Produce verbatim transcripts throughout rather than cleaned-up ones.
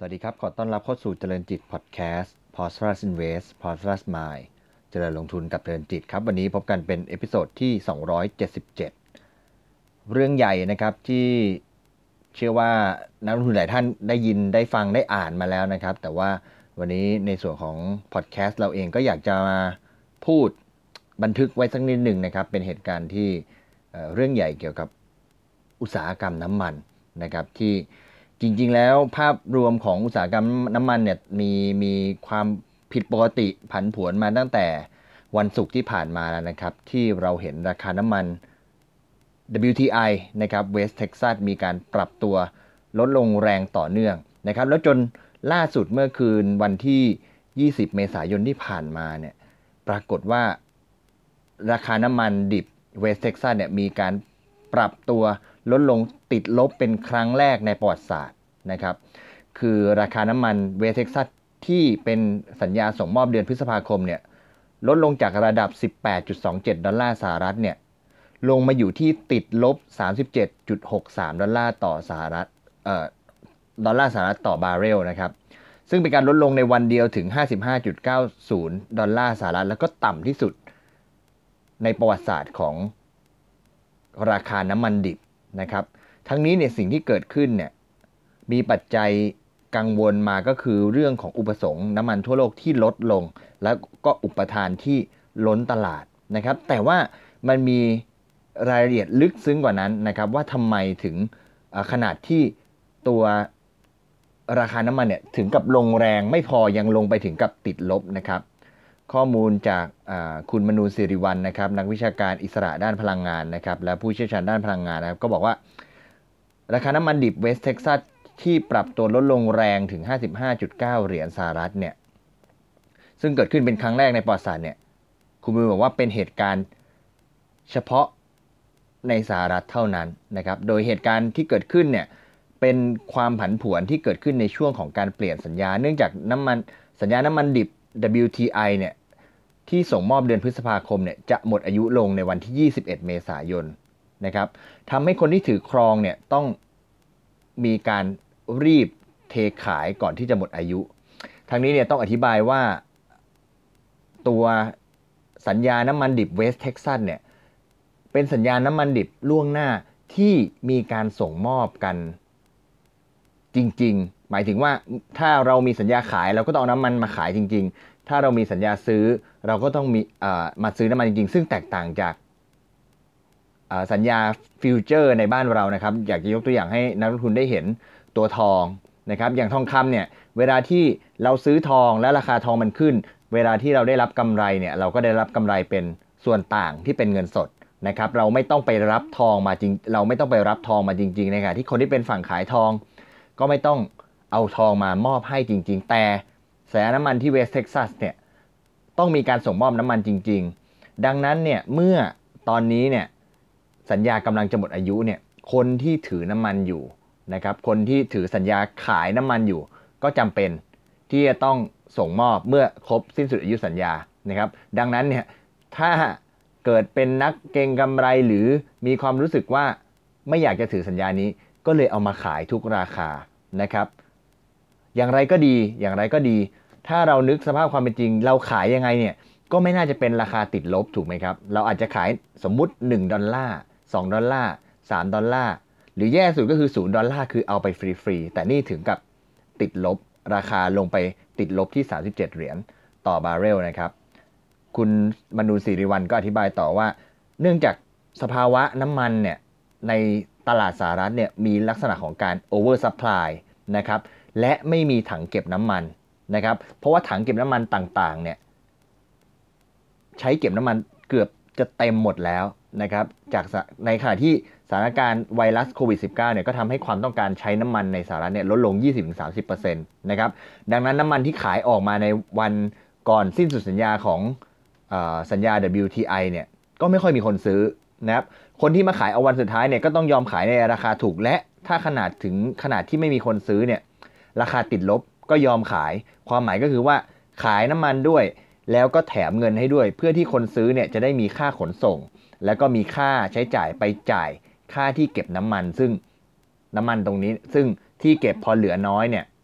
วัสดีครับขอต้อนรับเข้าสู่เจริญจิตพอดแคสต์ Prosperous Invest Prosperous Mind เจริญลงทุนกับเจริญจิตครับวันนี้พบกันเป็นเอพิโซดที่สองร้อยเจ็ดสิบเจ็ดเรื่องใหญ่นะครับที่เชื่อว่านักลงทุนหลายท่านได้ยินได้ฟังได้อ่านมาแล้วนะครับแต่ว่าวันนี้ในส่วนของพอดแคสต์เราเองก็อยากจะมาพูดบันทึกไว้สักนิดหนึ่งนะครับเป็นเหตุการณ์ที่เอ่อเรื่องใหญ่เกี่ยวกับอุตสาหกรรมน้ำมันนะครับที่จริงๆแล้วภาพรวมของอุตสาหกรรมน้ำมันเนี่ยมีมีความผิดปกติผันผวนมาตั้งแต่วันศุกร์ที่ผ่านมาแล้วนะครับที่เราเห็นราคาน้ำมัน ดับเบิลยู ที ไอ นะครับ West Texas มีการปรับตัวลดลงแรงต่อเนื่องนะครับแล้วจนล่าสุดเมื่อคืนวันที่ยี่สิบเมษายนที่ผ่านมาเนี่ยปรากฏว่าราคาน้ำมันดิบ West Texas เนี่ยมีการปรับตัวลดลงติดลบเป็นครั้งแรกในประวัติศาสตร์นะครับคือราคาน้ำมัน West Texas ที่เป็นสัญญาส่งมอบเดือนพฤษภาคมเนี่ยลดลงจากระดับ สิบแปดจุดสองเจ็ด ดอลลาร์สหรัฐเนี่ยลงมาอยู่ที่ติดลบ สามสิบเจ็ดจุดหกสาม ดอลลาร์ต่อสหรัฐเอ่อดอลลาร์สหรัฐต่อบาร์เรลนะครับซึ่งเป็นการลดลงในวันเดียวถึง ห้าสิบห้าจุดเก้าศูนย์ ดอลลาร์สหรัฐแล้วก็ต่ำที่สุดในประวัติศาสตร์ของราคาน้ำมันดิบนะครับทั้งนี้เนี่ยสิ่งที่เกิดขึ้นเนี่ยมีปัจจัยกังวลมาก็คือเรื่องของอุปสงค์น้ำมันทั่วโลกที่ลดลงแล้วก็อุปทานที่ล้นตลาดนะครับแต่ว่ามันมีรายละเอียดลึกซึ้งกว่านั้นนะครับว่าทำไมถึงขนาดที่ตัวราคาน้ำมันเนี่ยถึงกับลงแรงไม่พอยังลงไปถึงกับติดลบนะครับข้อมูลจากคุณมนูศิริวัลย์นะครับนักวิชาการอิสระด้านพลังงานนะครับและผู้เชี่ยวชาญด้านพลังงานนะครับก็บอกว่าราคาน้ำมันดิบเวสต์เท็กซัสที่ปรับตัวลดลงแรงถึง ห้าสิบห้าจุดเก้า เหรียญสหรัฐเนี่ยซึ่งเกิดขึ้นเป็นครั้งแรกในประวัติศาสตร์เนี่ยคุณมนูบอกว่าเป็นเหตุการณ์เฉพาะในสหรัฐเท่านั้นนะครับโดยเหตุการณ์ที่เกิดขึ้นเนี่ยเป็นความผันผวนที่เกิดขึ้นในช่วงของการเปลี่ยนสัญญาเนื่องจากน้ำมันสัญญาน้ำมันดิบ ดับเบิลยู ที ไอ เนี่ยที่ส่งมอบเดือนพฤษภาคมเนี่ยจะหมดอายุลงในวันที่ยี่สิบเอ็ดเมษายนนะครับทำให้คนที่ถือครองเนี่ยต้องมีการรีบเทขายก่อนที่จะหมดอายุทางนี้เนี่ยต้องอธิบายว่าตัวสัญญาน้ำมันดิบเวสต์เท็กซัสเนี่ยเป็นสัญญาน้ำมันดิบล่วงหน้าที่มีการส่งมอบกันจริงๆหมายถึงว่าถ้าเรามีสัญญาขายเราก็ต้องเอาน้ำมันมาขายจริงๆถ้าเรามีสัญญาซื้อเราก็ต้องมีมาซื้อน้ำมันจริงๆซึ่งแตกต่างจากสัญญาฟิวเจอร์ในบ้านเรานะครับอยากจะยกตัวอย่างให้นักลงทุนได้เห็นตัวทองนะครับอย่างทองคำเนี่ยเวลาที่เราซื้อทองและราคาทองมันขึ้นเวลาที่เราได้รับกำไรเนี่ยเราก็ได้รับกำไรเป็นส่วนต่างที่เป็นเงินสดนะครับเราไม่ต้องไปรับทองมาจริงเราไม่ต้องไปรับทองมาจริงๆนะครับที่คนที่เป็นฝั่งขายทองก็ไม่ต้องเอาทองมามอบให้จริงๆแต่สัญญาน้ำมันที่เวสต์เท็กซัสเนี่ยต้องมีการส่งมอบน้ำมันจริงๆดังนั้นเนี่ยเมื่อตอนนี้เนี่ยสัญญากำลังจะหมดอายุเนี่ยคนที่ถือน้ำมันอยู่นะครับคนที่ถือสัญญาขายน้ำมันอยู่ก็จำเป็นที่จะต้องส่งมอบเมื่อครบสิ้นสุดอายุสัญญานะครับดังนั้นเนี่ยถ้าเกิดเป็นนักเก็งกำไรหรือมีความรู้สึกว่าไม่อยากจะถือสัญญานี้ก็เลยเอามาขายทุกราคานะครับอย่างไรก็ดีอย่างไรก็ดีถ้าเรานึกสภาพความเป็นจริงเราขายยังไงเนี่ยก็ไม่น่าจะเป็นราคาติดลบถูกไหมครับเราอาจจะขายสมมุติหนึ่งดอลลาร์สองดอลลาร์สามดอลลาร์หรือแย่สุดก็คือศูนย์ดอลลาร์คือเอาไปฟรีๆแต่นี่ถึงกับติดลบราคาลงไปติดลบที่สามสิบเจ็ดเหรียญต่อบาร์เรลนะครับคุณมนูศิริวัลย์ก็อธิบายต่อว่าเนื่องจากสภาวะน้ำมันเนี่ยในตลาดสหรัฐเนี่ยมีลักษณะของการโอเวอร์ซัพพลายนะครับและไม่มีถังเก็บน้ำมันนะครับเพราะว่าถังเก็บน้ำมันต่างๆเนี่ยใช้เก็บน้ำมันเกือบจะเต็มหมดแล้วนะครับจากในขณะที่สถานการณ์ไวรัสโควิด สิบเก้า เนี่ยก็ทำให้ความต้องการใช้น้ำมันในสหรัฐเนี่ยลดลง ยี่สิบถึงสามสิบเปอร์เซ็นต์ นะครับดังนั้นน้ำมันที่ขายออกมาในวันก่อนสิ้นสุดสัญญาของเอ่อสัญญา ดับเบิลยู ที ไอ เนี่ยก็ไม่ค่อยมีคนซื้อนะครับคนที่มาขายเอาวันสุดท้ายเนี่ยก็ต้องยอมขายในราคาถูกและถ้าขนาดถึงขนาดที่ไม่มีคนซื้อเนี่ยราคาติดลบก็ยอมขายความหมายก็คือว่าขายน้ำมันด้วยแล้วก็แถมเงินให้ด้วยเพื่อที่คนซื้อเนี่ยจะได้มีค่าขนส่งแล้วก็มีค่าใช้จ่ายไปจ่ายค่าที่เก็บน้ำมันซึ่งน้ำมันตรงนี้ซึ่งที่เก็บพอเหลือน้อยเนี่ย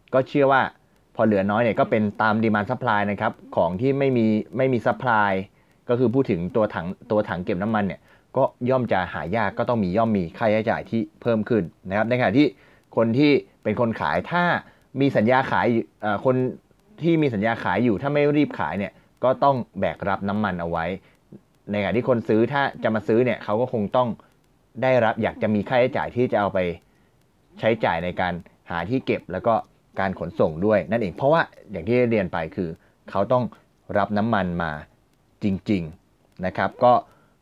ก็เชื่อว่าพอเหลือน้อยเนี่ยก็เป็นตามดีมานด์ซัพพลายนะครับของที่ไม่มีไม่มีซัพพลายก็คือพูดถึงตัวถังตัวถังเก็บน้ำมันเนี่ยก็ย่อมจะหายากก็ต้องมีย่อมมีค่าใช้จ่ายที่เพิ่มขึ้นนะครับในขณะที่คนที่เป็นคนขายถ้ามีสัญญาขายคนที่มีสัญญาขายอยู่ถ้าไม่รีบขายเนี่ยก็ต้องแบกรับน้ำมันเอาไว้ในขณะที่คนซื้อถ้าจะมาซื้อเนี่ยเขาก็คงต้องได้รับอยากจะมีค่าใช้จ่ายที่จะเอาไปใช้จ่ายในการหาที่เก็บแล้วก็การขนส่งด้วยนั่นเองเพราะว่าอย่างที่เรียนไปคือเขาต้องรับน้ำมันมาจริงๆนะครับก็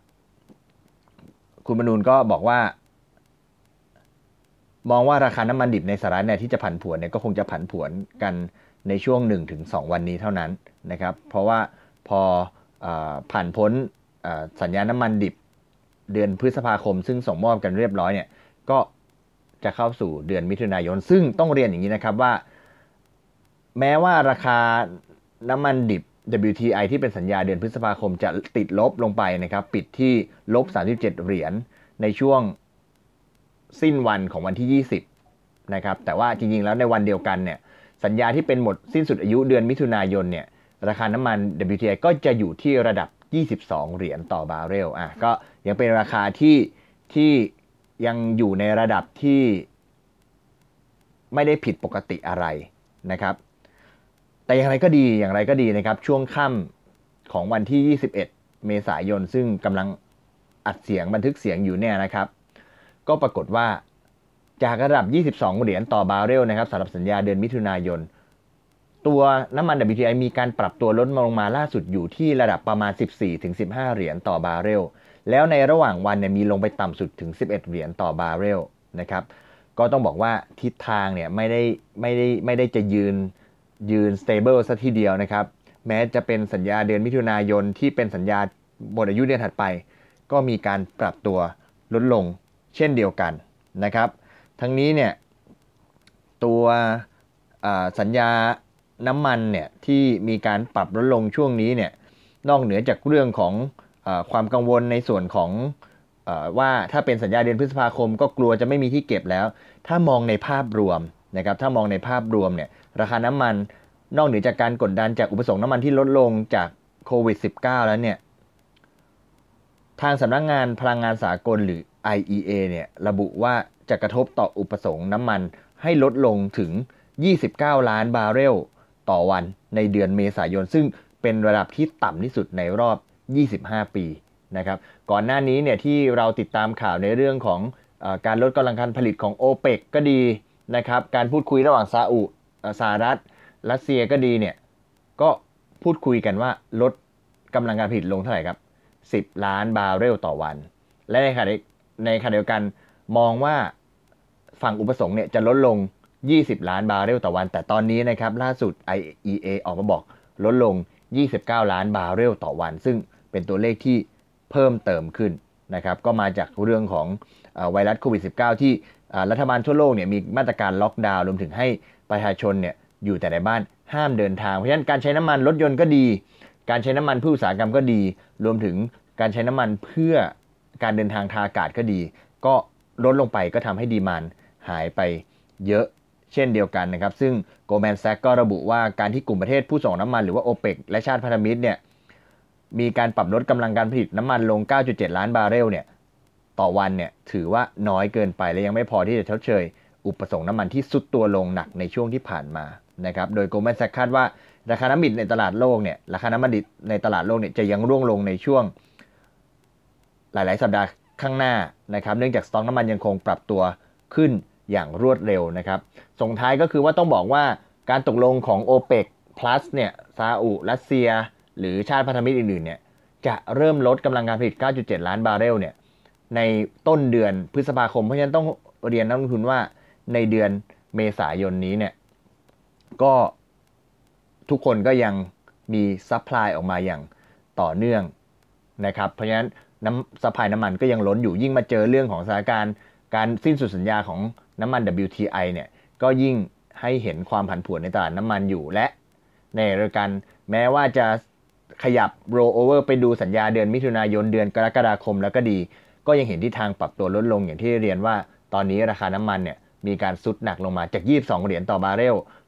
คุณมนูนก็บอกว่ามองว่าราคาน้ำมันดิบในสหรัฐเนี่ยที่จะผันผวนเนี่ยก็คงจะผันผวนกันในช่วง หนึ่งถึงสอง วันนี้เท่านั้นนะครับเพราะว่าพอผ่านพ้นสัญญาน้ำมันดิบเดือนพฤษภาคมซึ่งส่งมอบกันเรียบร้อยเนี่ยก็จะเข้าสู่เดือนมิถุนายนซึ่งต้องเรียนอย่างนี้นะครับว่าแม้ว่าราคาน้ำมันดิบ ดับเบิลยู ที ไอ ที่เป็นสัญญาเดือนพฤษภาคมจะติดลบลงไปนะครับปิดที่ลบสามสิบเจ็ดเหรียญในช่วงสิ้นวันของวันที่ยี่สิบนะครับแต่ว่าจริงๆแล้วในวันเดียวกันเนี่ยสัญญาที่เป็นหมดสิ้นสุดอายุเดือนมิถุนายนเนี่ยราคาน้ำมัน ดับเบิลยู ที ไอ ก็จะอยู่ที่ระดับยี่สิบสองเหรียญต่อบาร์เรลอ่ะก็ยังเป็นราคาที่ที่ยังอยู่ในระดับที่ไม่ได้ผิดปกติอะไรนะครับแต่อย่างไรก็ดีอย่างไรก็ดีนะครับช่วงค่ำของวันที่ยี่สิบเอ็ดเมษายนซึ่งกำลังอัดเสียงบันทึกเสียงอยู่เนี่ยนะครับก็ปรากฏว่าจากระดับยี่สิบสองเหรียญต่อบาร์เรลนะครับสำหรับสัญญาเดือนมิถุนายนตัวน้ำมัน ดับเบิลยู ที ไอ มีการปรับตัวลดลงมาล่าสุดอยู่ที่ระดับประมาณ สิบสี่ถึงสิบห้า เหรียญต่อบาร์เรลแล้วในระหว่างวันเนี่ยมีลงไปต่ำสุดถึงสิบเอ็ดเหรียญต่อบาร์เรลนะครับก็ต้องบอกว่าทิศทางเนี่ยไม่ได้ไม่ได้ไม่ได้จะยืนยืน stable ซะทีเดียวนะครับแม้จะเป็นสัญญาเดือนมิถุนายนที่เป็นสัญญาหมดอายุเดือนถัดไปก็มีการปรับตัวลดลงเช่นเดียวกันนะครับทั้งนี้เนี่ยตัวสัญญาน้ำมันเนี่ยที่มีการปรับลดลงช่วงนี้เนี่ยนอกเหนือจากเรื่องของเอ่อความกังวลในส่วนของเอ่อว่าถ้าเป็นสัญญาเดือนพฤษภาคมก็กลัวจะไม่มีที่เก็บแล้วถ้ามองในภาพรวมนะครับถ้ามองในภาพรวมเนี่ยราคาน้ำมันนอกเหนือจากการกดดันจากอุปสงค์น้ำมันที่ลดลงจากโควิด สิบเก้า แล้วเนี่ยทางสำนักงานพลังงานสากลหรือ ไอ อี เอ เนี่ยระบุว่าจะกระทบต่ออุปสงค์น้ำมันให้ลดลงถึงยี่สิบเก้าล้านบาร์เรลต่อวันในเดือนเมษายนซึ่งเป็นระดับที่ต่ำที่สุดในรอบยี่สิบห้าปีนะครับก่อนหน้านี้เนี่ยที่เราติดตามข่าวในเรื่องของเอ่อการลดกำลังการผลิตของ โอเปก ก็ดีนะครับการพูดคุยระหว่างซาอุสหรัฐรัสเซียก็ดีเนี่ยก็พูดคุยกันว่าลดกำลังการผลิตลงเท่าไหร่ครับสิบล้านบาร์เรลต่อวันและในขณะในขณะเดียวกันมองว่าฝั่งอุปสงค์เนี่ยจะลดลงยี่สิบล้านบาร์เรลต่อวันแต่ตอนนี้นะครับล่าสุด ไอ อี เอ ออกมาบอกลดลงยี่สิบเก้าล้านบาร์เรลต่อวันซึ่งเป็นตัวเลขที่เพิ่มเติมขึ้นนะครับก็มาจากเรื่องของไวรัสโควิด สิบเก้า ที่รัฐบาลทั่วโลกเนี่ยมีมาตรการล็อกดาวน์รวมถึงให้ประชาชนเนี่ยอยู่แต่ในบ้านห้ามเดินทางเพราะฉะนั้นการใช้น้ำมันรถยนต์ก็ดีการใช้น้ำมันเพื่ออุตสาหกรรมก็ดีรวมถึงการใช้น้ำมันเพื่อการเดินทางทางอากาศก็ดีก็ลดลงไปก็ทำให้ดีมานด์หายไปเยอะเช่นเดียวกันนะครับซึ่ง Goldman Sachs ก็ระบุว่าการที่กลุ่มประเทศผู้ส่งน้ำมันหรือว่า โอเปก และชาติพันธมิตรเนี่ยมีการปรับลดกำลังการผลิตน้ำมันลง เก้าจุดเจ็ด ล้านบาร์เรลเนี่ยต่อวันเนี่ยถือว่าน้อยเกินไปและยังไม่พอที่จะชดเชยอุปสงค์น้ำมันที่ซุดตัวลงหนักในช่วงที่ผ่านมานะครับโดย Goldman Sachs คาดว่าราคาน้ำมันในตลาดโลกเนี่ยราคาน้ำมันดิบในตลาดโลกเนี่ยจะยังร่วงลงในช่วงหลายๆสัปดาห์ข้างหน้านะครับเนื่องจากสต็อกน้ำมันยังคงปรับตัวขึ้นอย่างรวดเร็วนะครับส่งท้ายก็คือว่าต้องบอกว่าการตกลงของ โอเปก Plus เนี่ยซาอุรัสเซียหรือชาติพันธมิตรอื่นๆเนี่ยจะเริ่มลดกำลังการผลิต เก้าจุดเจ็ด ล้านบาร์เรลเนี่ยในต้นเดือนพฤษภาคมเพราะฉะนั้นต้องเรียนนักลงทุนว่าในเดือนเมษายนนี้เนี่ยก็ทุกคนก็ยังมีซัพพลายออกมาอย่างต่อเนื่องนะครับเพราะฉะนั้นน้ำซัพพลายน้ำมันก็ยังล้นอยู่ยิ่งมาเจอเรื่องของสถานการณ์การสิ้นสุดสัญญาของน้ำมัน ดับเบิลยู ที ไอ เนี่ยก็ยิ่งให้เห็นความผันผวนในตลาดน้ำมันอยู่และในรายการแม้ว่าจะขยับ roll over ไปดูสัญญาเดือนมิถุนายนเดือนกรกฎาคมแล้วก็ดีก็ยังเห็นทิศทางปรับตัวลดลงอย่างที่เรียนว่าตอนนี้ราคาน้ำมันเนี่ยมีการซุดหนักลงมาจากยี่สิบสองเหรียญต่อบาร์เรล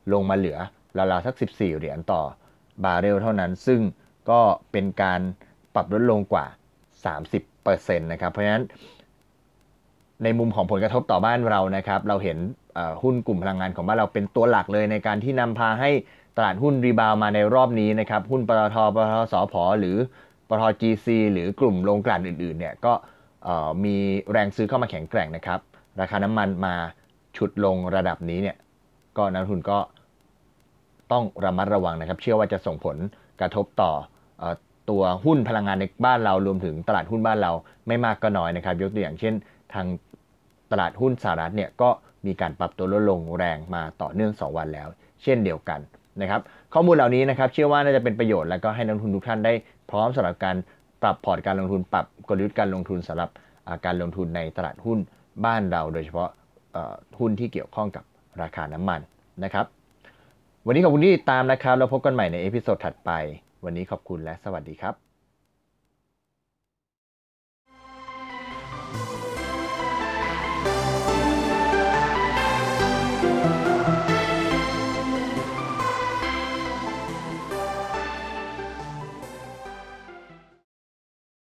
ลงมาเหลือราวๆสักสิบสี่เหรียญต่อบาร์เรลเท่านั้นซึ่งก็เป็นการปรับลดลงกว่า สามสิบเปอร์เซ็นต์ นะครับเพราะฉะนั้นในมุมของผลกระทบต่อบ้านเรานะครับเราเห็นหุ้นกลุ่มพลังงานของบ้านเราเป็นตัวหลักเลยในการที่นำพาให้ตลาดหุ้นรีบาวมาในรอบนี้นะครับหุ้นปตท.ปตท.สผ.หรือปตท. จี ซี หรือกลุ่มโรงกลั่นอื่นๆเนี่ยก็มีแรงซื้อเข้ามาแข็งแกร่งนะครับราคาน้ำมันมาฉุดลงระดับนี้เนี่ยก็นักลงทุนก็ต้องระมัดระวังนะครับเชื่อว่าจะส่งผลกระทบต่อตัวหุ้นพลังงานในบ้านเรารวมถึงตลาดหุ้นบ้านเราไม่มากก็น้อยนะครับยกตัวอย่างเช่นทางตลาดหุ้นสหรัฐเนี่ยก็มีการปรับตัวลดลงแรงมาต่อเนื่องสองวันแล้วเช่นเดียวกันนะครับข้อมูลเหล่านี้นะครับเชื่อว่าน่าจะเป็นประโยชน์และก็ให้นักลงทุนทุกท่านได้พร้อมสำหรับการปรับพอร์ตการลงทุนปรับกลยุทธ์การลงทุนสำหรับการลงทุนในตลาดหุ้นบ้านเราโดยเฉพาะหุ้นที่เกี่ยวข้องกับราคาน้ำมันนะครับวันนี้ขอบคุณที่ติดตามนะครับเราพบกันใหม่ในเอพิโซดถัดไปวันนี้ขอบคุณและสวัสดีครับ